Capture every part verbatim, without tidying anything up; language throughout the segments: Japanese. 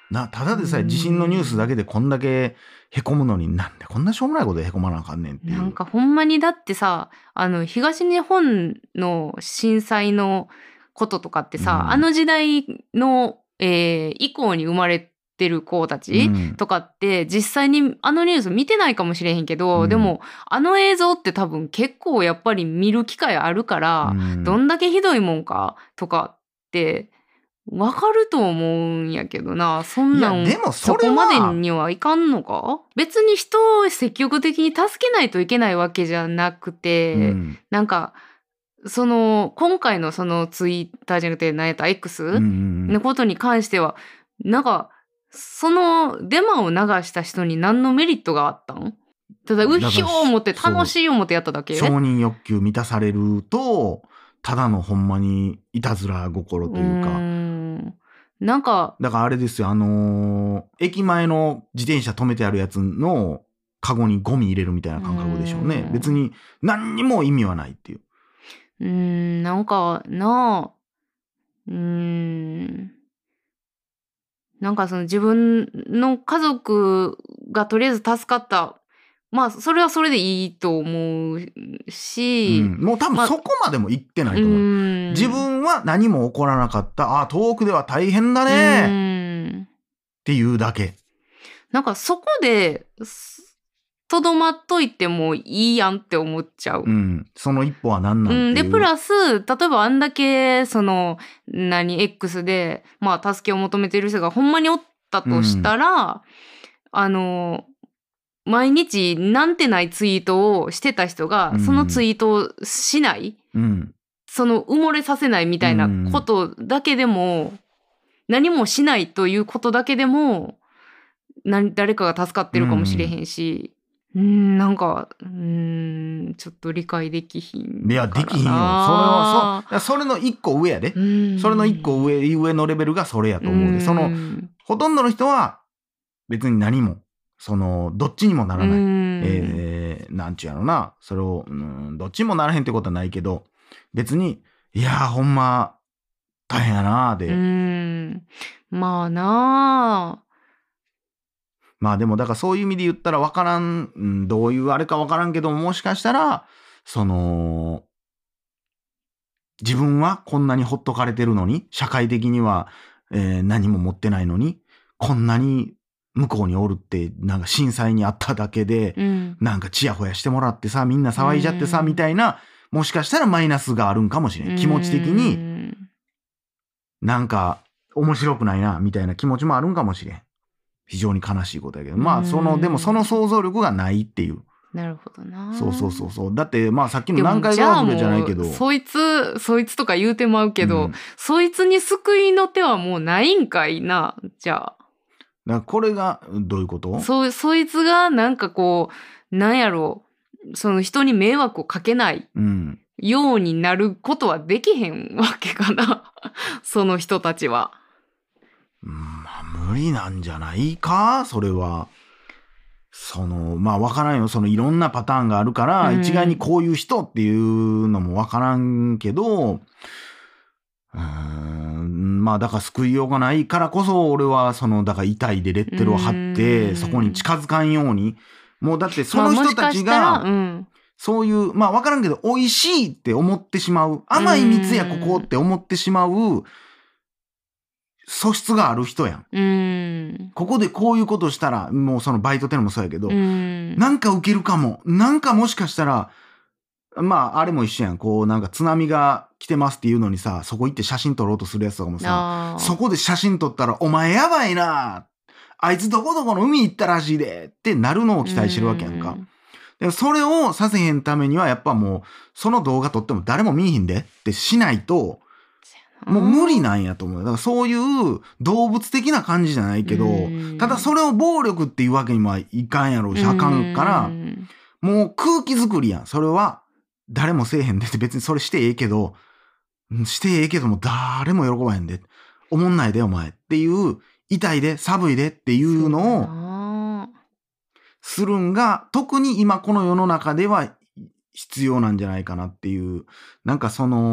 な、ただでさえ地震のニュースだけでこんだけへこむのに、なんでこんなしょうもないことでへこまなあかんねんっていう。 なんかほんまにだってさ、あの東日本の震災のこととかってさ、 うん、 あの時代の、えー以降に生まれてる子たうちん、 とかって実際にあのニュース見てないかもしれへんけど、 うんでもあの映像って多分結構やっぱり見る機会あるかうら、 ん、 どんだけひどいもんかとかってわかると思うんやけどな。そんいや、 なんでもそれそこまでは、 にはいかんのか？別に人を積極的に助けないといけないわけじゃなくうて、 ん、 なんかその今回のそのツイッターじゃなくて何やったうん、う X ん、 のことに関しては、なんかそのデマを流した人に何のメリットがあったん？ただうだからひょー思ってそう楽しい思ってやっただけ？ 承認欲求満たされると、ただのほんまにいたずら心といううーか。 んなんかだからあれですよ、あのー駅前の自転車止めてあるやつのカゴにゴミ入れるみたいな感覚でしょうね。 うーん別に何にも意味はないっていう。 うーんなんかなあうーんなんかその自分の家族がとりあえず助かった。まあそれはそれでいいと思ううし、 ん、もう多分まあそこまでも言ってなういと思う。 ーん自分は何も起こらなかった。あ、遠くでは大変だうねーんっていうだけ。 なんかそこですとどまっといてもいいやんって思っちゃう。 うん。その一歩は何なんうん、で、 ていう。 プラス、例えばあんだけ、その、何、X で、まあ、助けを求めてる人がほんまにおったとしたら、あの、毎日なんてないツイートをしてた人が、 うんそのツイートをしない、 うん。 その埋もれさせないみたいなことだけでも、何もしないということだけでも、な誰かが助かってるかもしれへんし、うーん、なんか、うーん、ちょっと理解できひんいや、 からな。 できひんよ。それは、そ、それの一個上やで。 うんそれの一個上、上のレベルがそれやと思うで。 んその、ほとんどの人は、別に何も、その、どっちにもならない。 うんえー、なんちゅうやろな。それを、うん、どっちにもならへんってことはないけど、別に、いやー、ほんま、大変やなーで。 うんまあなあ。 まあでも、だからそういう意味で言ったら分からん、うん、どういうあれか分からんけども、もしかしたら、その、自分はこんなにほっとかれてるのに、社会的には、えー何も持ってないのに、こんなに向こうにおるって、なんか震災にあっただけで、 うんなんかチヤホヤしてもらってさ、みんな騒いじゃってさ、 うんみたいな、もしかしたらマイナスがあるんかもしれん。気持ち的うにんなんか面白くないな、みたいな気持ちもあるんかもしれん。非常に悲しいことやけど。まあ、その、でもその想像力がないっていう。 なるほどな。 そうそうそうそう。だって、まあさっきのでも南海じゃあトラフルじゃないけど。 もうそいつそいつとか言うてまうけど、 うんそいつに救いの手はもうないんかいな。じゃあだからこれがどういうことそそいつがなんかこうなんやろその人に迷惑をかけないうん。 ようになることはできへんわけかなその人たちは。 うんまあ無理なんじゃないかそれは。その、まあわからんよ。そのいろんなパターンがあるから、 うん一概にこういう人っていうのもわからんけど、うーん、まあだから救いようがないからこそ、俺はその、だから痛いでレッテルを貼って、 うんそこに近づかんように、もうだってそのまあも人たちしかしたらが、 うんそういう、まあわからんけど、美味しいって思ってしまう、甘い蜜やここって思ってしまう、素質がある人やん。 うんここでこういうことしたら、もうそのバイトってのもそうやけど、 うんなんか受けるかも。なんかもしかしたら、まあ、あれも一緒やん。こう、なんか津波が来てますっていうのにさ、そこ行って写真撮ろうとするやつとかもさ、 あーそこで写真撮ったら、お前やばいな。あいつどこどこの海行ったらしいでってなるのを期待してるわけやんか。でもそれをさせへんためには、やっぱもう、その動画撮っても誰も見えへんでってしないと、もう無理なんやと思う。だからそういう動物的な感じじゃないけどう、んただそれを暴力っていうわけにもいかんやろうし、あかんからう、んもう空気作りやん。それは、誰もせえへんでって別にそれしてええけど、うんしてええけども誰も喜ばへんで。おもんないでお前っていう、痛いで寒いでっていうのををするんが、特に今この世の中では必要なんじゃないかなっていう。なんかその、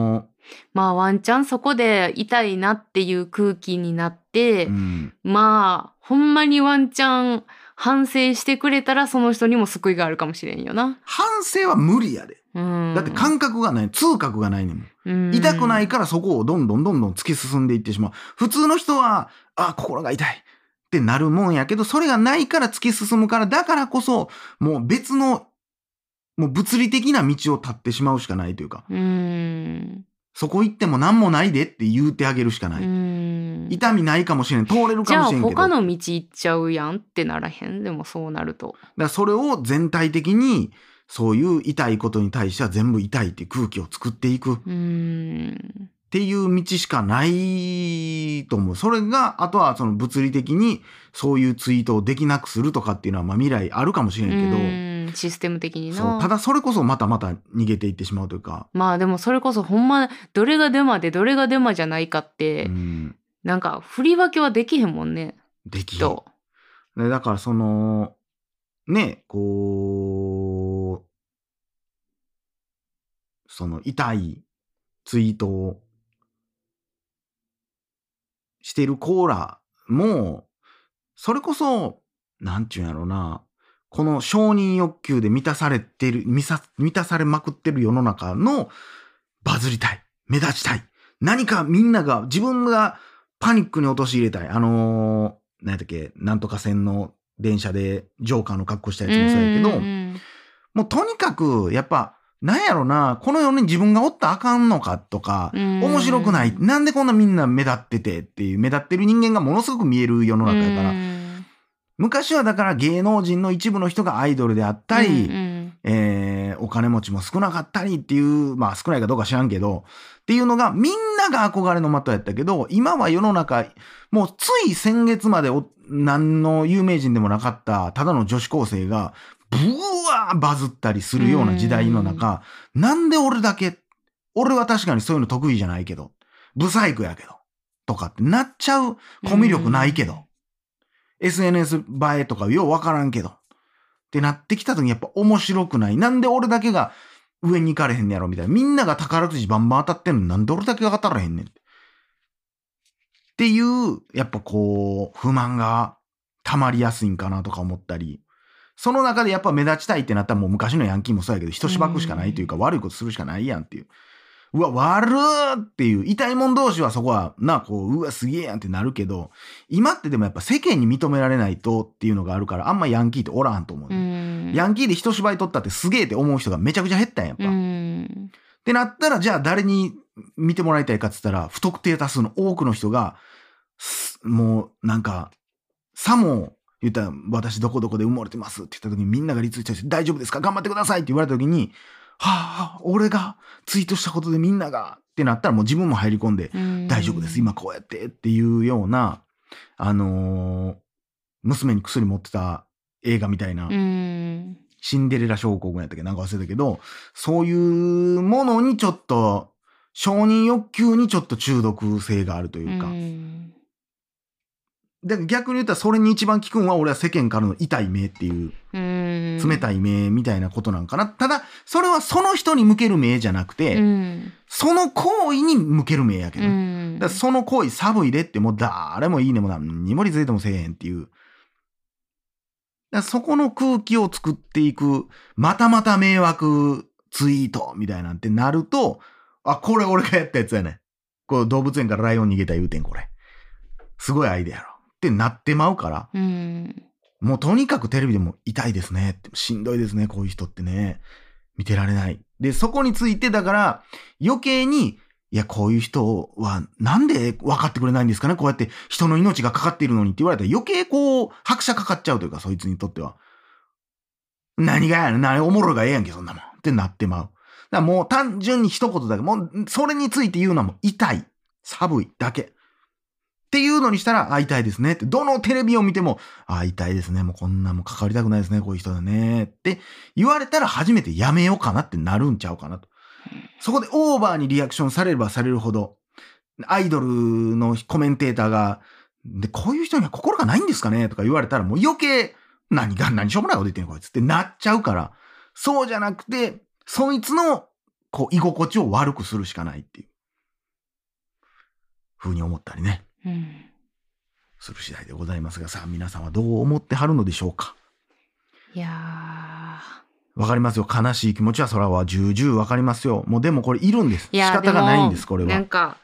まあワンチャンそこで痛いなっていう空気になって、 うん、 まあほんまにワンチャン反省してくれたらその人にも救いがあるかもしれんよな。 反省は無理やで。 うん、 だって感覚がない、痛覚がないねんもん。うん、痛くないからそこをどんどんどんどん突き進んでいってしまう。普通の人は、あ、心が痛いってなるもんやけど、それがないから突き進むから、だからこそ、もう別の、もう物理的な道を立ってしまうしかないというか。 うん、 そこ行っても何もないでって言うてあげるしかない。うん、痛みないかもしれん。通れるかもしれんけど。 じゃあ他の道行っちゃうやんってならへん。でもそうなると。 だからそれを全体的に、そういう痛いことに対しては全部痛いっていう空気を作っていく。 うーん。 っていう道しかないと思う。それが、あとはその物理的にそういうツイートをできなくするとかっていうのはまあ未来あるかもしれんけど。 うーん、システム的にな。 そう。ただそれこそまたまた逃げていってしまうというか。 まあでもそれこそほんま、どれがデマでどれがデマじゃないかって、 うん、 なんか振り分けはできへんもんね。 できへん。でだからその、ね、こう、その痛いツイートをしてるコーラも、それこそ、なんちゅうんやろな、この承認欲求で満たされてる、満た、満たされまくってる世の中のバズりたい、目立ちたい、何かみんなが、自分がパニックに陥れたい。あのー、何やったっけ、なんとか線の電車でジョーカーの格好したやつもそうやけど、もうとにかく、やっぱ、なんやろな、この世に自分がおったらあかんのかとか、面白くない。なんでこんなみんな目立っててっていう、目立ってる人間がものすごく見える世の中やから。昔はだから芸能人の一部の人がアイドルであったり、うんうん、えー、お金持ちも少なかったりっていう、まあ少ないかどうか知らんけど、っていうのがみんなが憧れの的やったけど、今は世の中、もうつい先月までお何の有名人でもなかったただの女子高生が、ブワーバズったりするような時代の中、なんで俺だけ、俺は確かにそういうの得意じゃないけど、ブサイクやけど、とかってなっちゃうコミュ力ないけど、エスエヌエス 映えとかようわからんけど、ってなってきた時にやっぱ面白くない。なんで俺だけが上に行かれへんねやろみたいな。みんなが宝くじバンバン当たってんのになんで俺だけが当たらへんねんって。っていう、やっぱこう、不満が溜まりやすいんかなとか思ったり、その中でやっぱ目立ちたいってなったらもう昔のヤンキーもそうやけど、人しばくしかないというか悪いことするしかないやんっていう。うわ、悪ーっていう、痛いもん同士はそこはな、こう、うわ、すげえやんってなるけど、今ってでもやっぱ世間に認められないとっていうのがあるから、あんまヤンキーっておらんと思う、ね。ヤンキーで人芝居取ったってすげえって思う人がめちゃくちゃ減ったんやっぱ。ってなったら、じゃあ誰に見てもらいたいかって言ったら、不特定多数の多くの人が、もうなんか、さも、言ったら、私どこどこで埋もれてますって言った時にみんながリツイートして大丈夫ですか頑張ってくださいって言われた時に、はあ、俺がツイートしたことでみんながってなったらもう自分も入り込んで、大丈夫です、今こうやってっていうような、あのー、娘に薬持ってた映画みたいな、シンデレラ症候群やったっけなんか忘れたけど、そういうものにちょっと、承認欲求にちょっと中毒性があるというか、で逆に言ったらそれに一番効くんは俺は世間からの痛い目っていう冷たい目みたいなことなんかな。ただそれはその人に向ける目じゃなくて、その行為に向ける目やけど、だからその行為寒いでってもう誰もいいねも何にもリツイートもせえへんっていう、だからそこの空気を作っていく、またまた迷惑ツイートみたいなんってなると、あ、これ俺がやったやつやねん。こう動物園からライオン逃げた言うてんこれ。すごいアイデアやろ。ってなってまうから、うん、もうとにかくテレビでも痛いですねって、しんどいですね、こういう人ってね、見てられない。で、そこについてだから余計に、いや、こういう人はなんで分かってくれないんですかね、こうやって人の命がかかっているのにって言われたら余計こう拍車かかっちゃうというか、そいつにとっては。何がやねん、何おもろいがええやんけ、そんなもんってなってまう。だからもう単純に一言だけ、もうそれについて言うのはもう痛い、寒いだけ。っていうのにしたら、あ、痛いですねって。どのテレビを見ても、あ、痛いですね。もうこんなもん関わりたくないですね。こういう人だね。って言われたら初めてやめようかなってなるんちゃうかなと。そこでオーバーにリアクションされればされるほど、アイドルのコメンテーターが、で、こういう人には心がないんですかねとか言われたらもう余計、何が、何しょうもないこと言ってんのこいつってなっちゃうから、そうじゃなくて、そいつの、こう、居心地を悪くするしかないっていう。 ふうに思ったりね、 うん、 する次第でございますが、さあ皆さんはどう思ってはるのでしょうか。 いやわかりますよ。悲しい気持ちはそらは重々わかりますよ。もうでもこれいるんです。 いや仕方がないんです、これは。 なんか、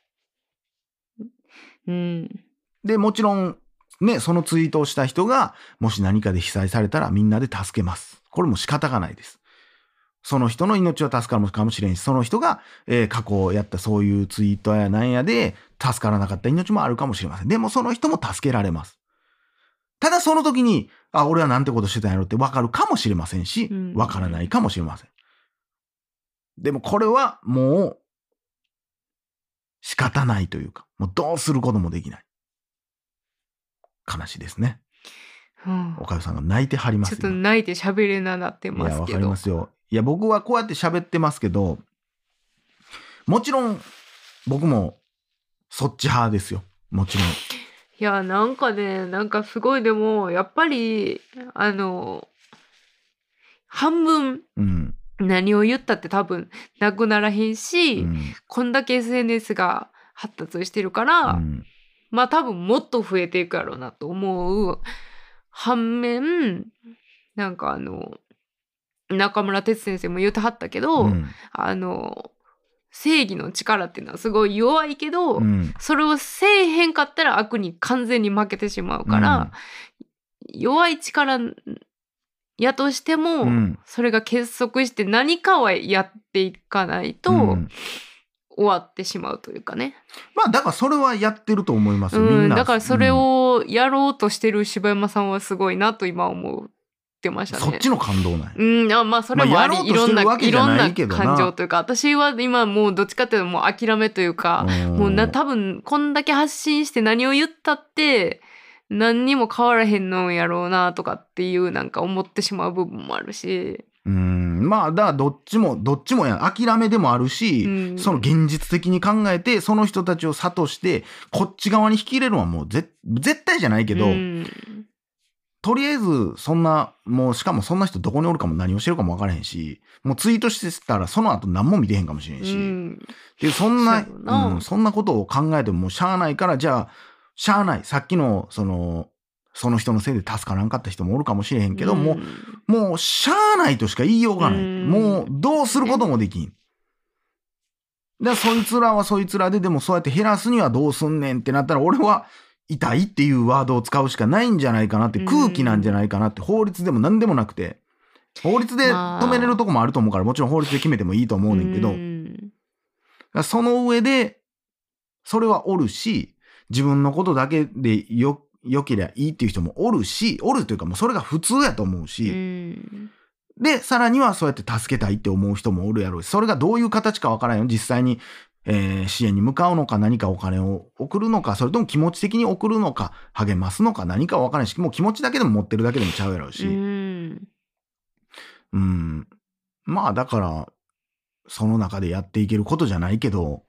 うん。 で、もちろん、ね、そのツイートをした人が、もし何かで被災されたらみんなで助けます。これも仕方がないです。その人の命は助かるかもしれんし、その人が、えー過去やったそういうツイートやなんやで助からなかった命もあるかもしれません。でもその人も助けられます。ただその時に、あ、俺はなんてことしてたんやろって分かるかもしれませんしう、ん分からないかもしれません。でもこれはもう仕方ないというか、もうどうすることもできない。悲しいですね。 うんおかゆさんが泣いてはります。 ちょっと泣いて喋れななって今いや、わますけど。 かりますよ。いや、僕はこうやって喋ってますけど、もちろん僕もそっち派ですよ。もちろん。 いや、なんかね、なんかすごいでも、やっぱり、あの、半分うん。 何を言ったって多分なくならへんうし、 ん。 こんだけ エスエヌエス が発達してるから、 うん。 まあ多分もっと増えていくやろうなと思う反面、なんかあの、中村哲先生も言うてはったけど、 うん。 あの、正義の力っていうのはすごい弱いけど、 うん。 それをせえへんかったら悪に完全に負けてしまうから、弱い力やとしても、 うんそれが結束して何かはやっていかないと、 うん終わってしまうというかね。 まあだからそれはやってると思いますよ。みうんん、 な。 だからそれをやろうとしてる柴山さんはすごいなと今思ってましたね。 そっちの感動なんや。 うん、あまあそれもあり、 まあやろういろんなとしてるわけいろんじゃなない感けどな情というか、私は今もうどっちかっていうともう諦めというか、もうな多分こんだけ発信して何を言ったって何にも変わらへんのやろうなとかっていうなんか思ってしまう部分もあるし。 うんまあだからどっちもどっちもや諦めでもあるし、 うんその現実的に考えてその人たちを諭してこっち側に引き入れるのはもうぜ絶対じゃないけど、 うんとりあえずそんなもうしかもそんな人どこにおるかも何をしてるかも分からへんし、もうツイートしてたらその後何も見てへんかもしれんし、 うんでそんなそうやなうん、そんなことを考えてももうしゃあないから、じゃあしゃあないさっきのそのその人のせいで助からんかった人もおるかもしれへんけど、 うんもうもうしゃあないとしか言いようがない。 うんもうどうすることもできん。でそいつらはそいつらででもそうやって減らすにはどうすんねんってなったら、俺は痛いっていうワードを使うしかないんじゃないかなって、空気なんじゃないかなって、法律でも何でもなくて、法律で止めれるとこもあると思うから、もちろん法律で決めてもいいと思うねんけど、 うんだからその上でそれはおるし、自分のことだけでよよけりゃいいっていう人もおるし、おるというかもうそれが普通やと思うし、 うんでさらにはそうやって助けたいって思う人もおるやろうし、それがどういう形かわからんよ。実際に、えー支援に向かうのか、何かお金を送るのか、それとも気持ち的に送るのか、励ますのか、何かわからんし、もう気持ちだけでも持ってるだけでもちゃうやろうし、 うんうん、まあだからその中でやっていけることじゃないけど、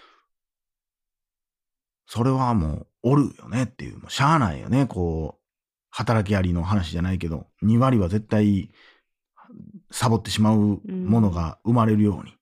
それはもうおるよねっていう、もうしゃあないよね。こう働きありの話じゃないけど、に割は絶対サボってしまうものが生まれるように、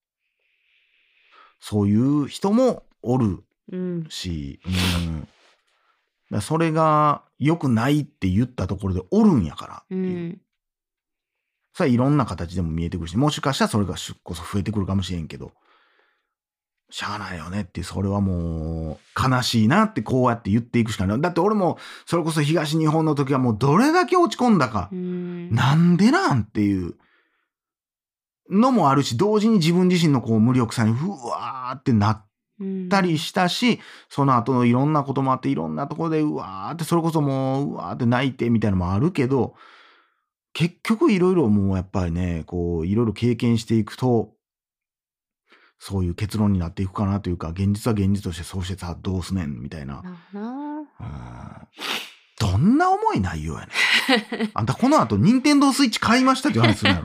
そういう人もおるうんし、うん、だからそれが良くないって言ったところでおるんやからってういう、 んそれはいろんな形でも見えてくるし、もしかしたらそれがこそ増えてくるかもしれんけど、しゃあないよねっていう、それはもう悲しいなってこうやって言っていくしかない。だって俺もそれこそ東日本の時はもうどれだけ落ち込んだか、 うんなんでなんっていうのもあるし、同時に自分自身のこう無力さにうわーってなったりしたし、その後のいろんなこともあって、いろんなところでうわーってそれこそもううわーって泣いてみたいなのもあるけど、結局いろいろもうやっぱりね、こういろいろ経験していくと、そういう結論になっていくかなというか、現実は現実としてそうしてさどうすねんみたいな、 なうんどんな重い内容やねん。あんたこの後任天堂スイッチ買いましたっていう話するやろ。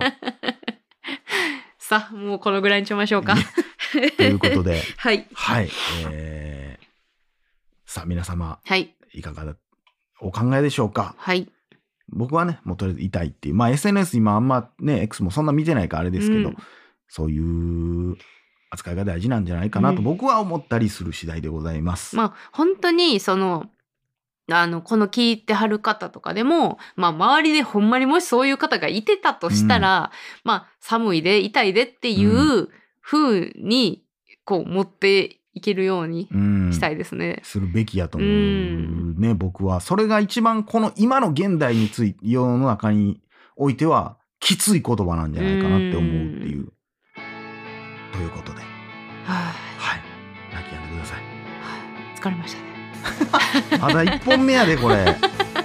さあもうこのぐらいにしましょうか。 ということで、 はいはい、えー、さあ皆様はいいかがだお考えでしょうか。 はい僕はね、もうとりあえず痛いっていう、まあ エスエヌエス 今あんまね X もそんな見てないからあれですけど、 うんそういう扱いが大事なんじゃないかなと僕は思ったりする次第でございます。 まあ本当にそのあのこの聞いてはる方とかでも、まあ、周りでほんまにもしそういう方がいてたとしたら、うん、まあ寒いで痛いでっていう風にこう持っていけるようにしたいですね。 うん、するべきやと思うね、うん、僕は。それが一番この今の現代について世の中においてはきつい言葉なんじゃないかなって思うっていう。うん、ということで、はあ、はい、泣き止んでください。 はあ、疲れましたね。 まだいっぽんめやでこれ。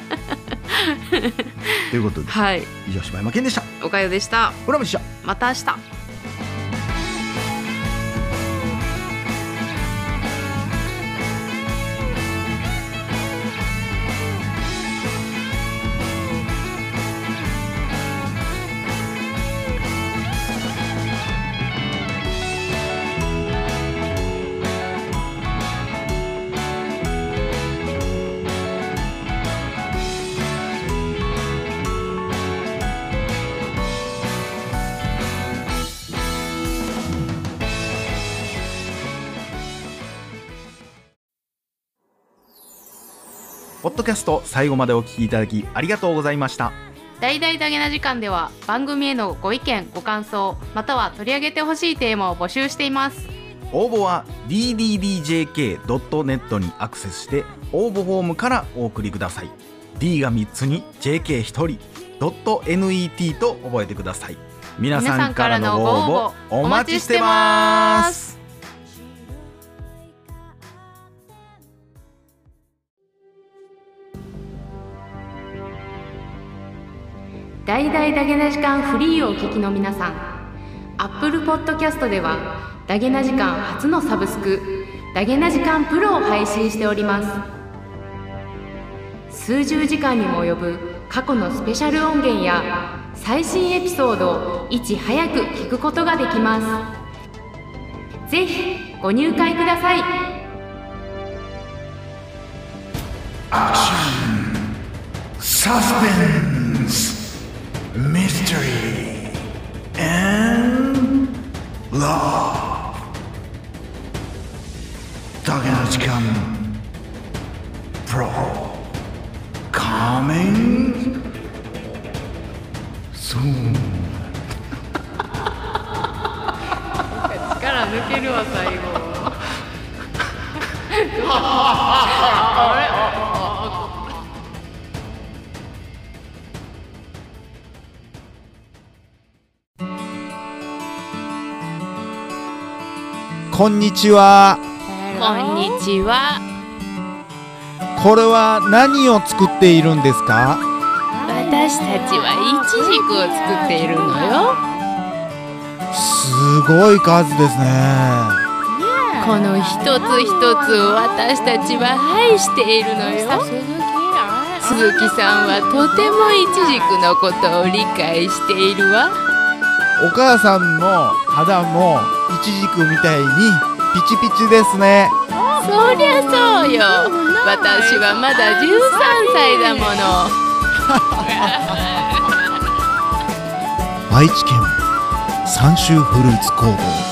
ということで、 はい、 以上柴山健でした。 おかよでした。 浦部でした。 また明日。 ポッドキャスト最後までお聞きいただきありがとうございました。 大々だげな時間では番組へのご意見ご感想または取り上げてほしいテーマを募集しています。 応募は ディーディーディージェーケードットネット にアクセスして応募フォームからお送りください。 D がみっつに ジェーケーひとり .net と覚えてください。皆さんからのご応募お待ちしてます。 大々だげな時間フリーをお聞きの皆さん、Apple Podcast ではだげな時間初のサブスクだげな時間プロを配信しております。数十時間にも及ぶ過去のスペシャル音源や最新エピソードをいち早く聞くことができます。ぜひご入会ください。 アクション、サスペンス、Mystery and Love だけの時間 Pro Coming Soon 力抜けるわ最後あれこんにちは。 こんにちは。 これは何を作っているんですか？ 私たちはイチジクを作っているのよ。 すごい数ですね。 この一つ一つを私たちは愛しているのよ。鈴木さんはとてもイチジクのことを理解しているわ。 お母さんの肌もイチジクみたいにピチピチですね。 そりゃそうよ。私はまだじゅうさんさいだもの。 愛知県三州フルーツ工房